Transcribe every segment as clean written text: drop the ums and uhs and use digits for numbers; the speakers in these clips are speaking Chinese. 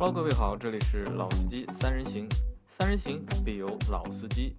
Hello，各位好，这里是老司机三人行，三人行必有老司机。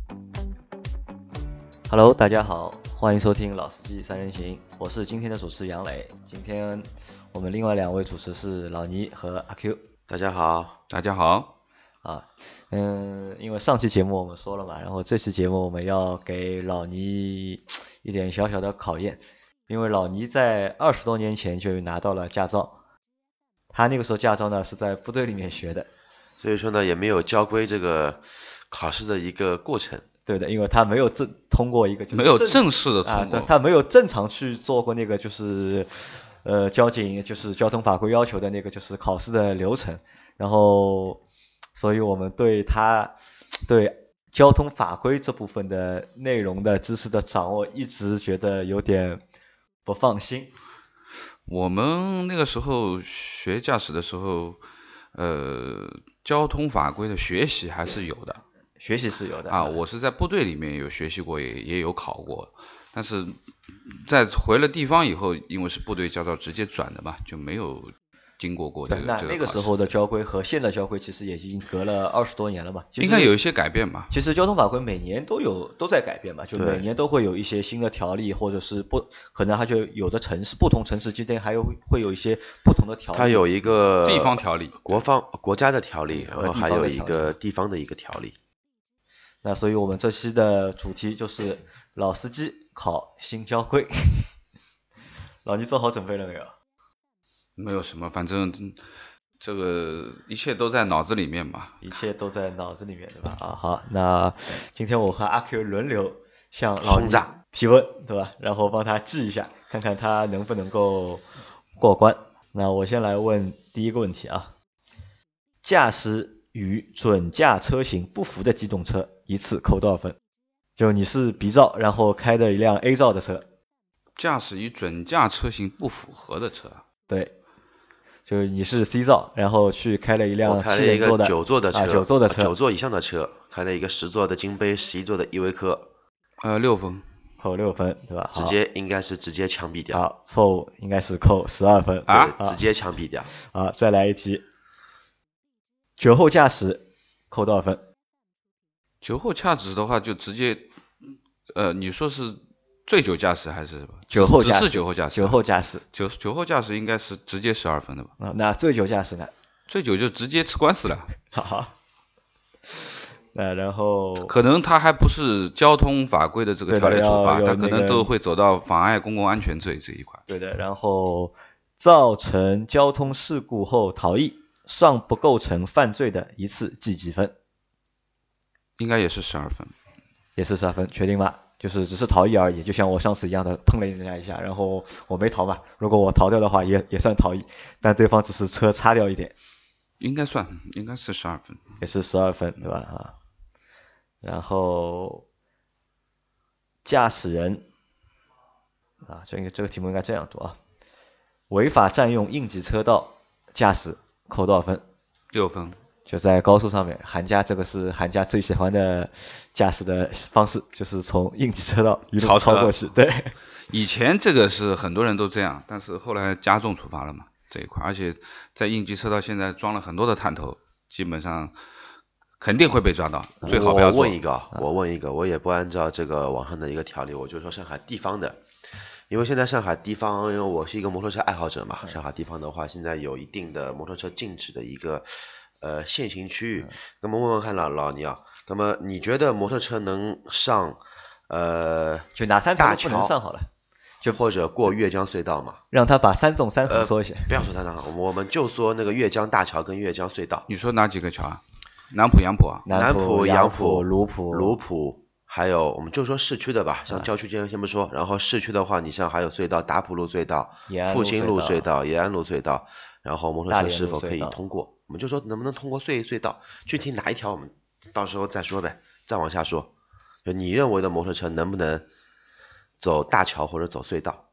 Hello，大家好，欢迎收听老司机三人行，我是今天的主持杨磊。今天我们另外两位主持是老倪和阿 Q。 大家好， 大家好。 因为上期节目我们说了嘛，然后这期节目我们要给老倪一点小小的考验，因为老倪在20多年前就拿到了驾照，他那个时候驾照呢是在部队里面学的， 所以说呢也没有交规这个考试的一个过程。 对的，因为他没有通过一个就是没有正式的通过， 他没有正常去做过那个就是交警就是交通法规要求的那个就是考试的流程，然后所以我们对他对交通法规这部分的内容的知识的掌握一直觉得有点不放心。 我们那个时候学驾驶的时候，交通法规的学习还是有的。 学习是有的我是在部队里面有学习过，也有考过，但是在回了地方以后，因为是部队驾照直接转的嘛，就没有经过这个那个时候的交规和现在交规其实也已经隔了20多年了嘛， 应该有一些改变吧。 其实交通法规每年都在改变嘛，就每年都会有一些新的条例，或者是可能它就有的城市不同城市之间还会有一些不同的条例。 它有一个地方条例， 国家的条例，然后还有一个地方的一个条例。 那所以我们这期的主题就是老司机考新交规。老倪做好准备了没有？ 没有什么，反正这个一切都在脑子里面嘛。 一切都在脑子里面，对吧？好，那今天我和阿 Q 轮流向老倪提问，对吧？然后帮他记一下，看看他能不能够过关。那我先来问第一个问题啊，驾驶与准驾车型不符的机动车一次扣多少分？就你是 B 照，然后开的一辆 A 照的车。 驾驶与准驾车型不符合的车。 对，就你是 C 照，然后去开了一辆 7人座的9座的车 ，9座的车 ，9座以上的车，开了一个10座的金杯，11座的依维柯 ，6分， 扣6分，对吧？ 应该是直接枪毙掉。 好，错误，应该是扣12分直接枪毙掉。 好，再来一题，酒后驾驶扣多少分？ 酒后驾驶的话就直接，你说是醉酒驾驶还是什么？ 酒后驾驶， 只是酒后驾驶。 酒后驾驶， 酒后驾驶应该是直接12分的吧？ 那醉酒驾驶呢？ 醉酒就直接吃官司了。 好，然后可能他还不是交通法规的这个条例处罚，他可能都会走到妨碍公共安全罪这一块。 对的，然后造成交通事故后逃逸，尚不构成犯罪的一次记几分？ 应该也是12分。 也是12分，确定吗？就是只是逃逸而已，就像我上次一样的碰了人家一下，然后我没逃嘛，如果我逃掉的话也算逃逸，但对方只是车擦掉一点。应该是 12分。 也是12分，对吧？然后驾驶人这个题目应该这样读啊，违法占用应急车道驾驶扣多少分？6分。就在高速上面，韩家这个是韩家最喜欢的驾驶的方式，就是从应急车道一路超过去。对， 以前这个是很多人都这样，但是后来加重处罚了嘛这一块，而且在应急车道现在装了很多的探头，基本上肯定会被抓到，最好不要做。 我问一个，我也不按照这个网上的一个条例，我就说上海地方的，因为现在上海地方，因为我是一个摩托车爱好者嘛，上海地方的话，现在有一定的摩托车禁止的一个限行区域。那么问问看老倪啊，那么你觉得摩托车能上就哪3种不能上好了？ 就或者过粤江隧道嘛？ 让他把3纵3横说一下。 不要说3纵，我们就说那个粤江大桥跟粤江隧道。 你说哪几个桥啊？南浦、杨浦啊？ 南浦、杨浦、 卢浦，还有我们就说市区的吧，像郊区先不说，然后市区的话，你像还有隧道，达浦路隧道、复兴路隧道、延安路隧道，然后摩托车是否可以通过？我们就说能不能通过隧道，具体哪一条我们到时候再说呗，再往下说。就你认为的摩托车能不能走大桥或者走隧道？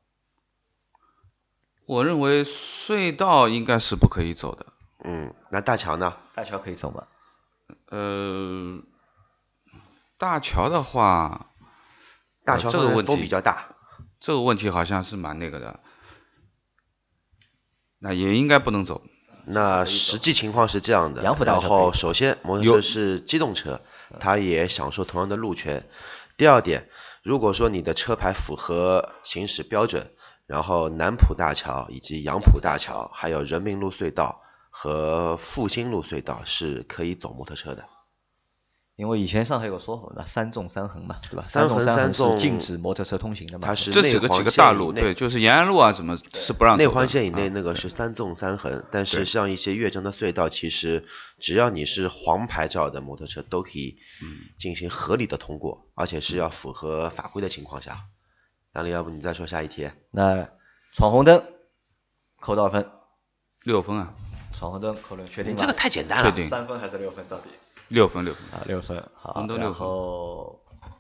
我认为隧道应该是不可以走的。 那大桥呢？ 大桥可以走吗？ 大桥的话， 大桥这个问题风比较大， 这个问题好像是蛮那个的，那也应该不能走。 那实际情况是这样的，然后首先摩托车是机动车，它也享受同样的路权。第二点，如果说你的车牌符合行驶标准，然后南浦大桥以及杨浦大桥，还有人民路隧道和复兴路隧道是可以走摩托车的。 因为以前上海有说法嘛，3纵3横嘛，对吧？3纵3横是禁止摩托车通行的嘛。 它是这几个大路，对，就是延安路啊什么是不让走的。 内环线以内那个是3纵3横，但是像一些越征的隧道，其实只要你是黄牌照的摩托车都可以进行合理的通过，而且是要符合法规的情况下。杨林，要不你再说下一题？ 那闯红灯扣多少分 ？6分啊。 闯红灯扣6，确定吗？ 这个太简单了。 确定。 3分还是6分到底 ？6分啊，6分。好，然后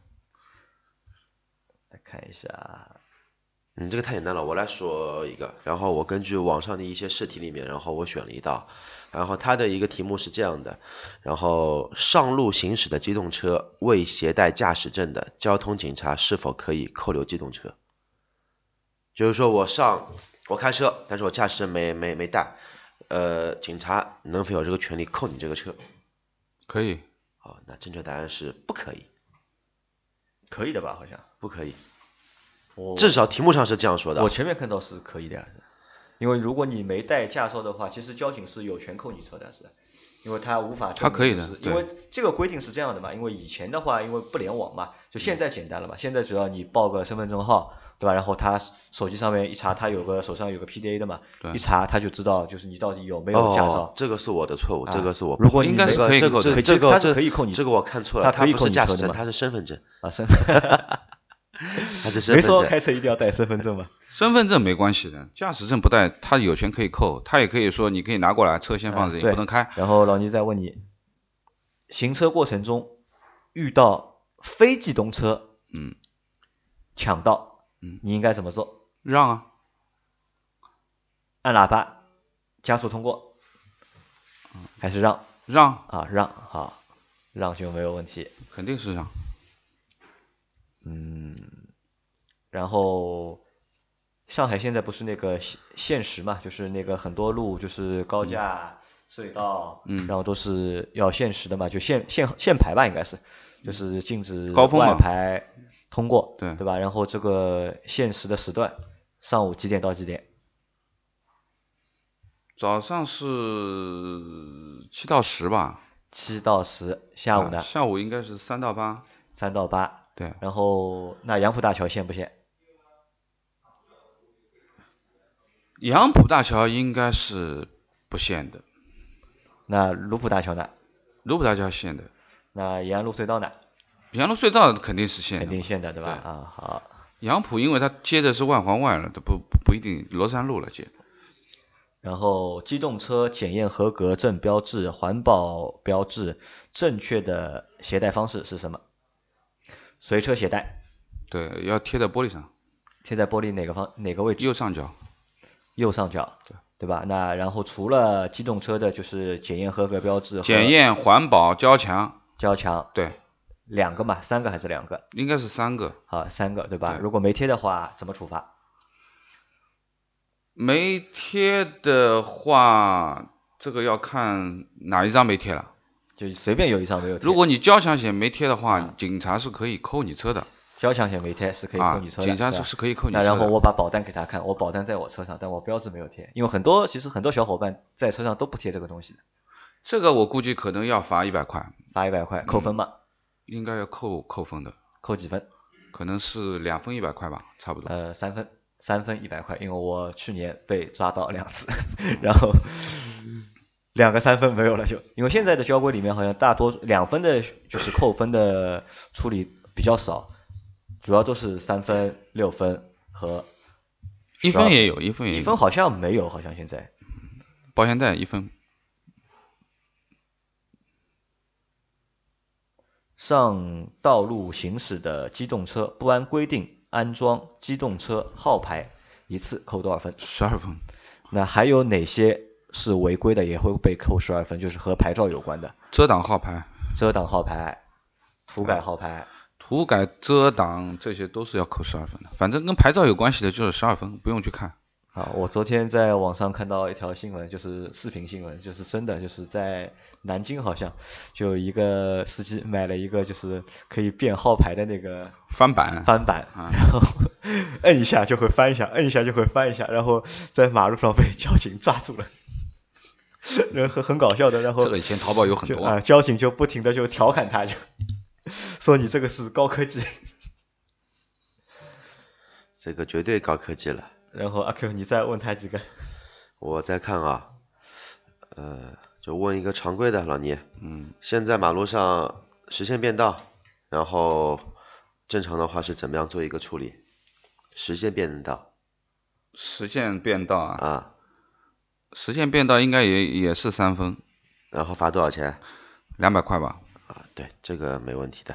再看一下。 这个太简单了，我来说一个。然后我根据网上的一些试题里面，然后我选了一道。然后它的一个题目是这样的，然后上路行驶的机动车未携带驾驶证的交通警察是否可以扣留机动车？就是说我开车，但是我驾驶证没带，警察能否有这个权利扣你这个车？ 可以。 那正确答案是不可以。 可以的吧？好像不可以。至少题目上是这样说的。 我前面看到是可以的呀。因为如果你没带驾照的话，其实交警是有权扣你车的，是，因为他无法证明。 他可以的， 因为这个规定是这样的嘛，因为以前的话，因为不联网嘛，就现在简单了嘛，现在只要你报个身份证号，对吧？然后他手机上面一查，他手上有个 PDA 的嘛，一查他就知道就是你到底有没有驾照。 这个是我的错误，这个是我。 如果你应该是可以扣的， 他是可以扣你。 这个我看错了， 他不是驾驶证，他是身份证。 没说开车一定要带身份证吗？ 身份证没关系的，驾驶证不带，他有权可以扣，他也可以说你可以拿过来，车先放着，你不能开。 然后老倪再问你，行车过程中遇到非机动车，抢道，你应该怎么做？ 让啊， 按喇叭，加速通过，还是让？ 让啊，让，好，让就没有问题。 肯定是让。 然后上海现在不是那个限时嘛，就是那个很多路就是高架、隧道，然后都是要限时的嘛，就限牌吧，应该是，就是禁止外牌通过，对吧？然后这个限时的时段，上午几点到几点？ 早上是7到10吧。 7到10，下午呢？ 下午应该是3到8。 3到8。 对。 然后那杨浦大桥限不限？ 杨浦大桥应该是不限的。 那卢浦大桥呢？ 卢浦大桥限的。 那延安路隧道呢？ 延安路隧道肯定是限的。 肯定限的，对吧？啊，好。 杨浦因为它接的是万环外了，都不一定罗山路了接。 然后机动车检验合格证标志、环保标志，正确的携带方式是什么？随车携带。 对，要贴在玻璃上。 贴在玻璃哪个位置？ 右上角。 右上角，对吧？那然后除了机动车的，就是检验合格标志。 检验、环保、交强。 交强。 对。 2个嘛，3个还是2个？ 应该是3个。 好，3个，对吧？如果没贴的话，怎么处罚？ 没贴的话，这个要看哪一张没贴了。 就随便有一张没有贴。 如果你交强险没贴的话，警察是可以扣你车的。 交强险没贴是可以扣你车的。 警察是可以扣你车的。 那然后我把保单给他看，我保单在我车上，但我标志没有贴，因为其实很多小伙伴在车上都不贴这个东西的。 这个我估计可能要罚100块。 罚100块，扣分吗？ 应该要扣分的。 扣几分？ 可能是2分100块吧，差不多。 3分100块，因为我去年被抓到2次，然后2个3分没有了就，因为现在的交规里面好像大多2分的就是扣分的处理比较少，主要都是3分、6分和 1分也有，1分也有。 1分好像没有，好像现在。 保险带1分。 上道路行驶的机动车不按规定安装机动车号牌，一次扣多少分 ？12分。 那还有哪些是违规的也会被扣12分，就是和牌照有关的？ 遮挡号牌、 涂改号牌、 涂改、遮挡，这些都是要扣12分的。反正跟牌照有关系的就是12分，不用去看。 啊，我昨天在网上看到一条新闻，就是视频新闻，就是真的，就是在南京好像就有一个司机买了一个就是可以变号牌的那个翻板， 然后摁一下就会翻一下，摁一下就会翻一下，然后在马路上被交警抓住了，然后很搞笑的，然后这个以前淘宝有很多啊，交警就不停的就调侃他，就说你这个是高科技， 这个绝对高科技了。 然后阿 Q 你再问他几个， 我再看啊，就问一个常规的，老倪，现在马路上实线变道，然后正常的话是怎么样做一个处理？实线变道， 实线变道啊， 实线变道应该也是3分， 然后罚多少钱 ？200块吧。 啊，对，这个没问题的。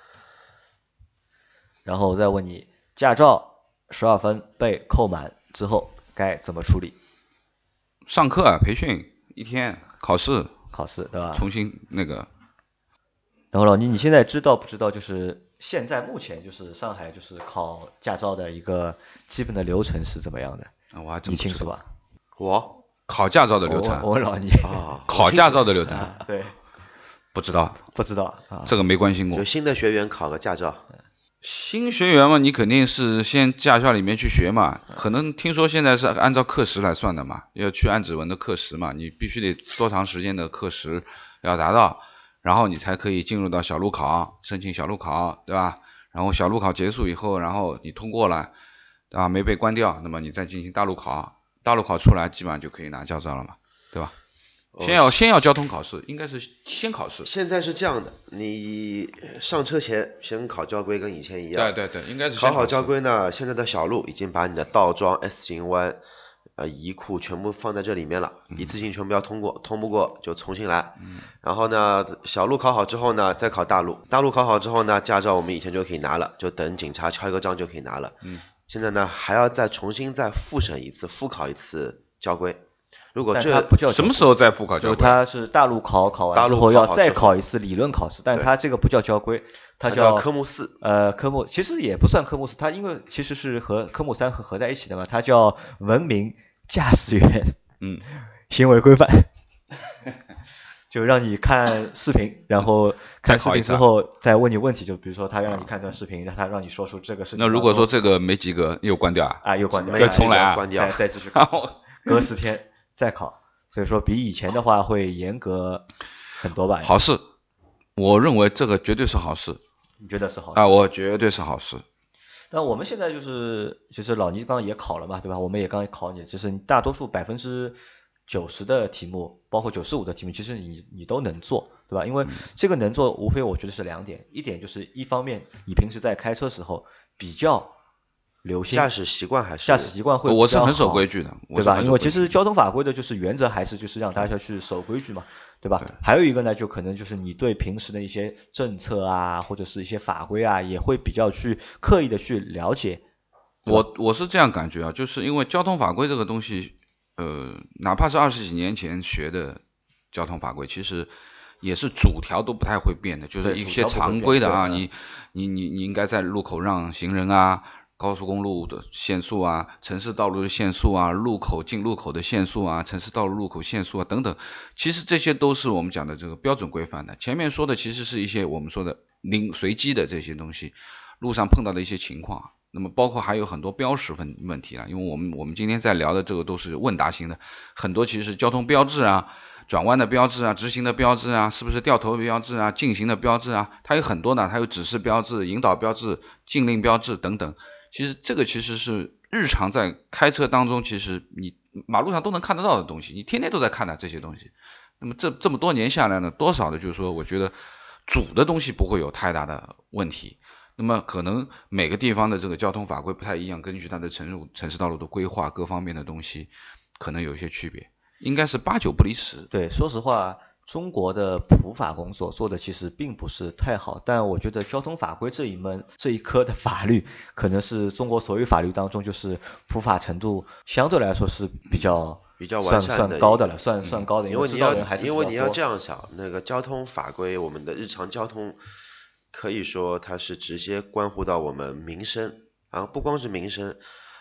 然后我再问你，驾照12分被扣满之后该怎么处理？ 上课培训1天，考试对吧？ 重新那个。 然后老倪，你现在知道不知道？就是现在目前就是上海就是考驾照的一个基本的流程是怎么样的？ 我还真你清楚吧？ 我考驾照的流程， 我问老倪啊， 考驾照的流程， 对， 不知道啊， 这个没关心过。 就新的学员考个驾照。 新学员嘛，你肯定是先驾校里面去学嘛，可能听说现在是按照课时来算的嘛，要去按指纹的课时嘛，你必须得多长时间的课时要达到，然后你才可以进入到小路考，申请小路考，对吧？然后小路考结束以后，然后你通过了，对吧？没被关掉，那么你再进行大路考，大路考出来基本上就可以拿驾照了嘛，对吧？先要交通考试，应该是先考试。 现在是这样的，你上车前先考交规，跟以前一样。 对，应该是考好交规呢，现在的小路已经把你的倒桩、S 型弯、移库全部放在这里面了，一次性全部要通过，通不过就重新来。然后呢，小路考好之后呢，再考大路，大路考好之后呢，驾照我们以前就可以拿了，就等警察敲一个章就可以拿了。现在呢，还要再重新复审一次，复考一次交规。如果这不叫什么时候再复考交规？ 它是大路考完之后要再考一次理论考试，但它这个不叫交规，它叫科目4。 科目其实也不算科目4，它因为其实是和科目3合在一起的嘛，它叫文明驾驶员行为规范。就让你看视频，然后看视频之后再问你问题，就比如说他让你看段视频，让你说出这个事情。 那如果说这个没及格，又关掉啊？ 又关掉， 再重来再继续考，隔10天再考。所以说比以前的话会严格很多吧？ 好事，我认为这个绝对是好事。 你觉得是好事？ 我绝对是好事。 但我们现在就是老倪刚刚也考了嘛，对吧？我们也刚考你，就是你大多数90%的题目，包括95%的题目，其实你都能做，对吧？因为这个能做，无非我觉得是2点，一点就是一方面你平时在开车时候比较留心， 驾驶习惯会比较好， 我是很守规矩的， 对吧？因为其实交通法规的就是原则还是就是让大家去守规矩嘛，对吧？还有一个呢，就可能就是你对平时的一些政策啊，或者是一些法规啊，也会比较去刻意的去了解。 我是这样感觉啊，就是因为交通法规这个东西。哪怕是20几年前学的交通法规，其实也是主条都不太会变的，就是一些常规的啊，你应该在路口让行人啊，高速公路的限速啊，城市道路的限速啊，路口进路口的限速啊，城市道路路口限速啊等等，其实这些都是我们讲的这个标准规范的。前面说的其实是一些我们说的随机的这些东西，路上碰到的一些情况。那么包括还有很多标识问题啊，因为我们今天在聊的这个都是问答型的，很多其实是交通标志啊，转弯的标志啊，直行的标志啊，是不是掉头标志啊，进行的标志啊，它有很多呢，它有指示标志、引导标志、禁令标志等等。其实这个其实是日常在开车当中，其实你马路上都能看得到的东西，你天天都在看的这些东西。那么这么多年下来呢，多少的就是说，我觉得主的东西不会有太大的问题。那么可能每个地方的这个交通法规不太一样，根据它的城市道路的规划各方面的东西可能有一些区别，应该是8、9不离10。 对，说实话，中国的普法工作做的其实并不是太好，但我觉得交通法规这一科的法律，可能是中国所有法律当中就是普法程度相对来说是比较完善的， 算高的了，算高的， 因为你要这样想，那个交通法规，我们的日常交通。可以说它是直接关乎到我们民生，不光是民生，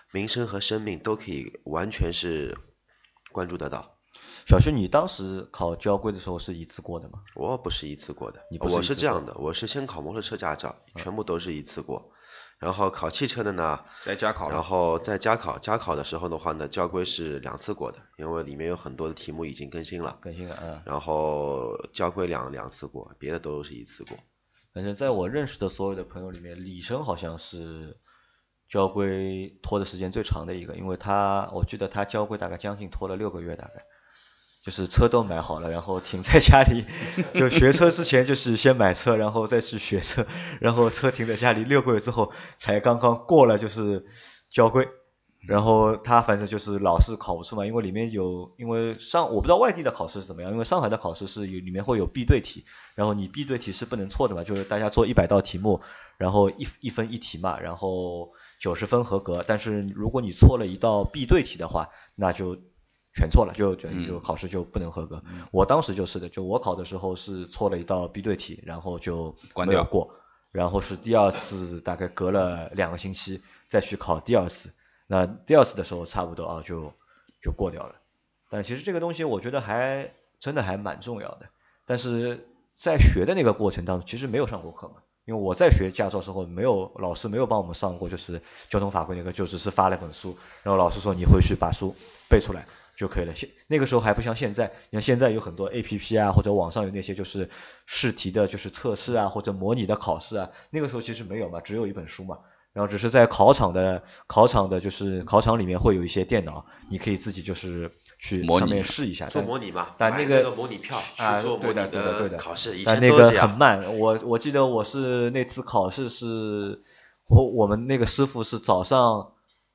民生和生命都可以完全是关注得到。 小徐，你当时考交规的时候是一次过的吗？ 我不是一次过的， 我是这样的，我是先考摩托车驾照，全部都是一次过，然后考汽车的呢再加考， 然后再加考，加考的时候的话呢，交规是2次过的，因为里面有很多的题目已经更新了，然后交规两次过，别的都是一次过。 反正在我认识的所有的朋友里面，李生好像是交规拖的时间最长的一个，因为我记得他交规大概将近拖了6个月，大概就是车都买好了，然后停在家里，就学车之前就是先买车，然后再去学车，然后车停在家里6个月之后才刚刚过了就是交规，然后他反正就是老是考不出嘛，因为里面有，我不知道外地的考试是怎么样，因为上海的考试是里面会有必对题，然后你必对题是不能错的嘛，就是大家做100道题目，然后一分一题嘛，然后90分合格，但是如果你错了一道必对题的话，那就全错了，就考试就不能合格。我当时就是的，就我考的时候是错了一道必对题，然后就没有过，然后是第2次大概隔了2个星期再去考第2次，那第2次的时候差不多就过掉了。但其实这个东西我觉得真的还蛮重要的，但是在学的那个过程当中其实没有上过课嘛，因为我在学驾照的时候老师没有帮我们上过就是交通法规那个，就只是发了本书，然后老师说你回去把书背出来就可以了。那个时候还不像现在，你看现在有很多 APP 啊，或者网上有那些就是试题的就是测试啊，或者模拟的考试啊，那个时候其实没有嘛，只有一本书嘛，然后只是在考场的就是考场里面会有一些电脑，你可以自己就是去上面试一下做模拟嘛， 但那个模拟票去做模拟的考试，以前都这样。 但那个很慢，我记得我是那次考试是我们那个师傅是早上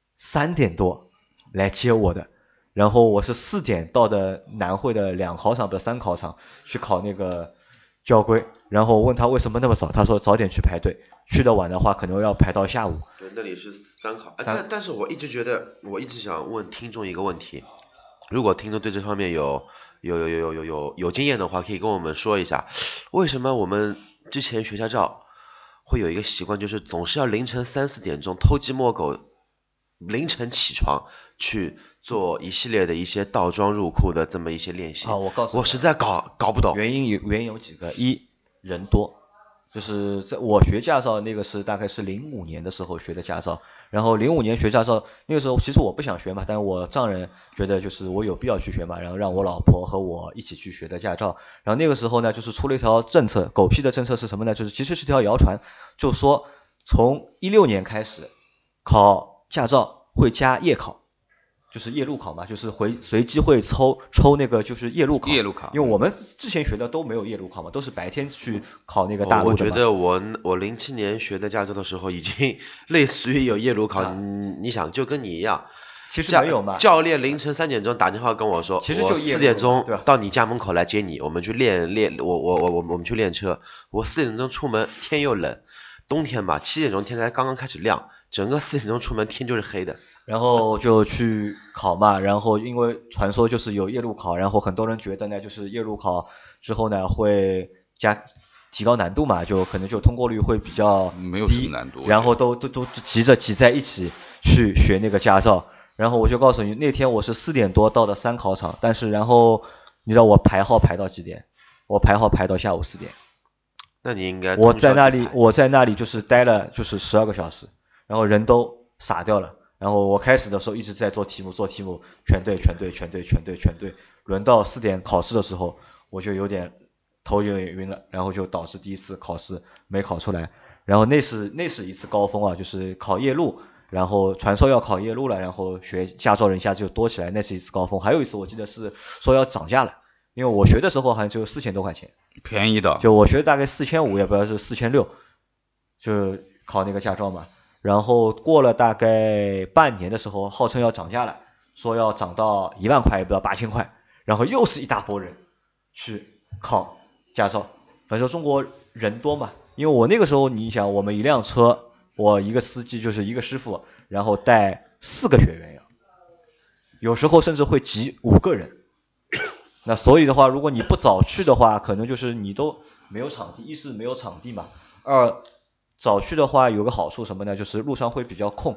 3点多来接我的，然后我是4点到的南汇的2考场不是3考场去考那个交规，然后问他为什么那么早，他说早点去排队，去的晚的话可能要排到下午。 对，那里是3考，但是我一直想问听众一个问题，如果听众对这方面有经验的话，可以跟我们说一下，为什么我们之前学驾照会有一个习惯，就是总是要凌晨3、4点钟偷鸡摸狗，凌晨起床去做一系列的一些倒桩入库的这么一些练习。 我告诉你， 我实在搞不懂。 原因有几个，人多，就是在我学驾照那个是大概是05年的时候学的驾照，然后05年学驾照那个时候其实我不想学嘛，但是我丈人觉得就是我有必要去学嘛，然后让我老婆和我一起去学的驾照。然后那个时候呢就是出了一条政策，狗屁的政策是什么呢，就是其实是条谣传，就说从16年开始考驾照会加夜考，就是夜路考嘛，就是随机会抽那个就是夜路考，因为我们之前学的都没有夜路考嘛，都是白天去考那个大路的嘛。 我觉得我07年学的驾照的时候已经类似于有夜路考，你想就跟你一样， 其实没有嘛。 教练凌晨3点钟打电话跟我说， 其实就我4点钟到你家门口来接你，我们去练我们去练车。我4点钟出门，天又冷，冬天嘛，7点钟天才刚刚开始亮，整个4点钟出门天就是黑的。 然后就去考嘛，然后因为传说就是有夜路考，然后很多人觉得呢，就是夜路考之后呢会提高难度嘛，就可能就通过率会比较低， 没有什么难度， 然后都挤在一起去学那个驾照。然后我就告诉你，那天我是4点多到的3考场，但是然后你知道我排号排到几点？我排号排到下午4点。 那你应该我在那里就是待了就是12个小时，然后人都傻掉了。然后我开始的时候一直在做题目，全对，轮到4点考试的时候，我就有点头有点晕了，然后就导致第一次考试没考出来。然后那是一次高峰啊，就是考夜路，然后传说要考夜路了，然后学驾照人一下子就多起来，那是一次高峰。还有一次我记得是说要涨价了，因为我学的时候好像就4000多块钱， 便宜的， 就我学大概4500，也不知道是4600，就考那个驾照嘛。然后过了大概半年的时候，号称要涨价了，说要涨到1万块，也不知道8000块，然后又是一大波人去考驾照。反正中国人多嘛，因为我那个时候你想，我们一辆车，我一个司机就是一个师傅，然后带4个学员，有时候甚至会挤5个人。那所以的话，如果你不早去的话，可能就是你都没有场地，一是没有场地嘛，二早去的话有个好处什么呢，就是路上会比较空，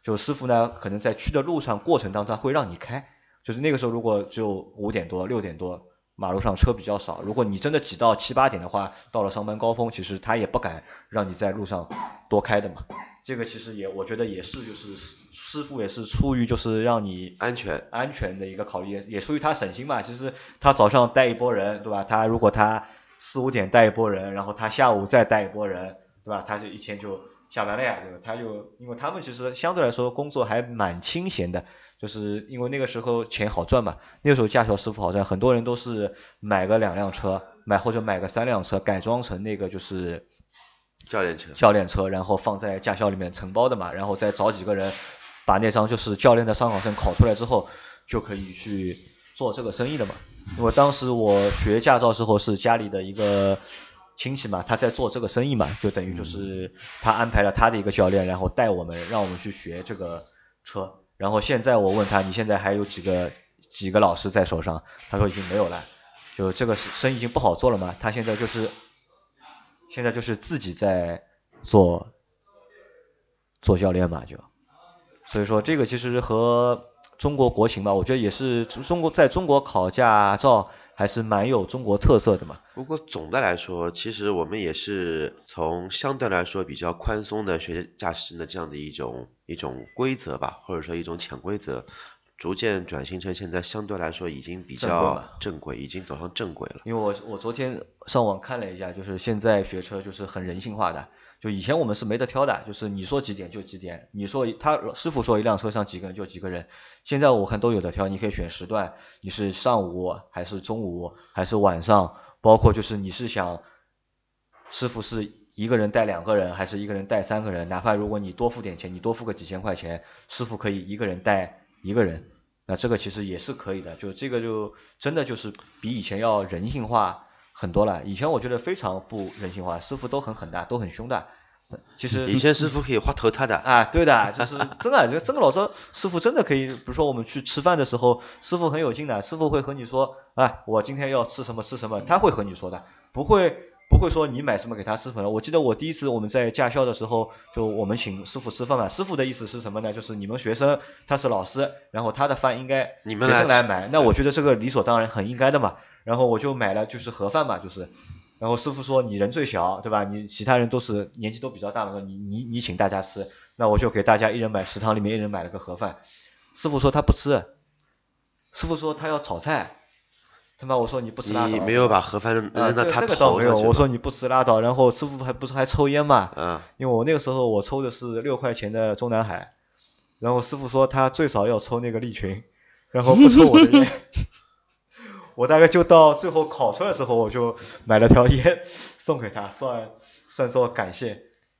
就师傅呢可能在去的路上过程当中他会让你开，就是那个时候如果只有5点多6点多马路上车比较少，如果你真的挤到7、8点的话，到了上班高峰，其实他也不敢让你在路上多开的嘛。这个其实我觉得也是，就是师傅也是出于就是让你安全的一个考虑，也出于他省心嘛。就是他早上带一波人，对吧？他如果他4、5点带一波人，然后他下午再带一波人，对吧？他就一天就下班了呀，对吧？他就因为他们其实相对来说工作还蛮清闲的。就是因为那个时候钱好赚嘛，那个时候驾校师傅好赚，很多人都是买个2辆车，或者买个3辆车，改装成那个就是教练车，然后放在驾校里面承包的嘛，然后再找几个人把那张就是教练的上考证考出来之后，就可以去做这个生意了嘛。因为当时我学驾照之后是家里的一个亲戚嘛，他在做这个生意嘛，就等于就是他安排了他的一个教练，然后带我们让我们去学这个车。然后现在我问他，你现在还有几个老师在手上？他说已经没有了，就这个生意已经不好做了嘛。他现在就是自己在做教练嘛，就所以说这个其实和中国国情吧，我觉得也是在中国考驾照还是蛮有中国特色的嘛。 不过总的来说，其实我们也是从相对来说比较宽松的学驾驶的这样的一种规则吧，或者说一种潜规则，逐渐转型成现在相对来说已经比较正轨，已经走上正轨了。 因为我昨天上网看了一下，就是现在学车就是很人性化的，就以前我们是没得挑的，就是你说几点就几点，你说师傅说一辆车上几个人就几个人，现在我看都有的挑，你可以选时段，你是上午还是中午还是晚上，包括就是你是想师傅是一个人带2个人还是一个人带3个人，哪怕如果你多付点钱，你多付个几千块钱，师傅可以一个人带1个人，那这个其实也是可以的，就这个就真的就是比以前要人性化很多了。以前我觉得非常不人性化，师傅都很狠的，都很凶的。其实以前师傅可以花头他的啊，对的，就是真的，这个老师师傅真的可以，比如说我们去吃饭的时候，师傅很有劲的，师傅会和你说，哎，我今天要吃什么，他会和你说的，不会说你买什么给他吃什么。我记得我第一次我们在驾校的时候，就我们请师傅吃饭嘛，师傅的意思是什么呢？就是你们学生他是老师，然后他的饭应该学生来买，那我觉得这个理所当然，很应该的嘛。然后我就买了就是盒饭嘛，就是。然后师傅说你人最小，对吧？你其他人都是年纪都比较大了，你请大家吃，那我就给大家一人买食堂里面一人买了个盒饭。师傅说他不吃，师傅说他要炒菜。他妈我说你不吃拉倒。 你没有把盒饭扔到他这个倒没有，我说你不吃拉倒。然后师傅还抽烟嘛？因为我那个时候我抽的是6块钱的中南海，然后师傅说他最少要抽那个利群，然后不抽我的烟。我大概就到最后考出来的时候，我就买了条烟送给他，算作感谢。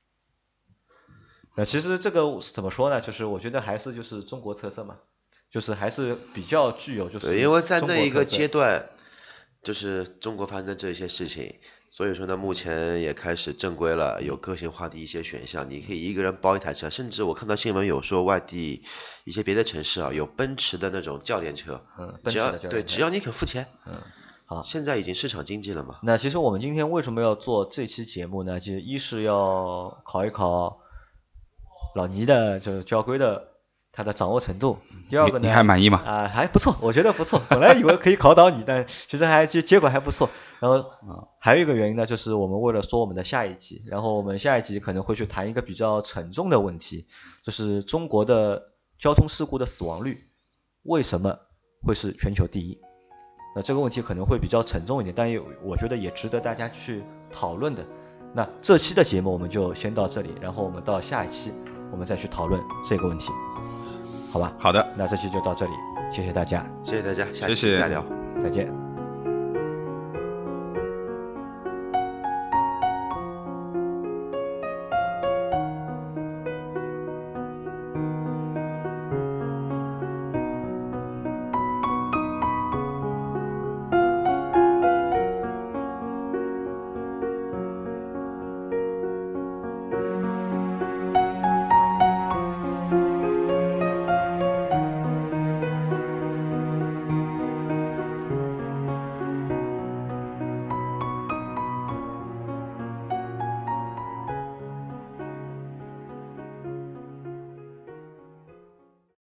其实这个怎么说呢？就是我觉得还是就是中国特色嘛，就是还是比较具有就是中国特色。 对，因为在那一个阶段，就是中国发生的这些事情，所以说呢，目前也开始正规了，有个性化的一些选项，你可以一个人包一台车，甚至我看到新闻有说外地一些别的城市啊，有奔驰的那种教练车，只要你肯付钱， 好， 现在已经市场经济了嘛。 那其实我们今天为什么要做这期节目呢？就是一是要考一考老倪的就是交规的他的掌握程度，第二个呢， 你还满意吗？ 还不错，我觉得不错。本来以为可以考倒你，但其实结果还不错。然后还有一个原因呢，就是我们为了说我们的下一集，然后我们下一集可能会去谈一个比较沉重的问题，就是中国的交通事故的死亡率为什么会是全球第一？那这个问题可能会比较沉重一点，但我觉得也值得大家去讨论的。那这期的节目我们就先到这里，然后我们到下一期我们再去讨论这个问题，好吧？ 好的， 那这期就到这里，谢谢大家， 下期再聊， 再见。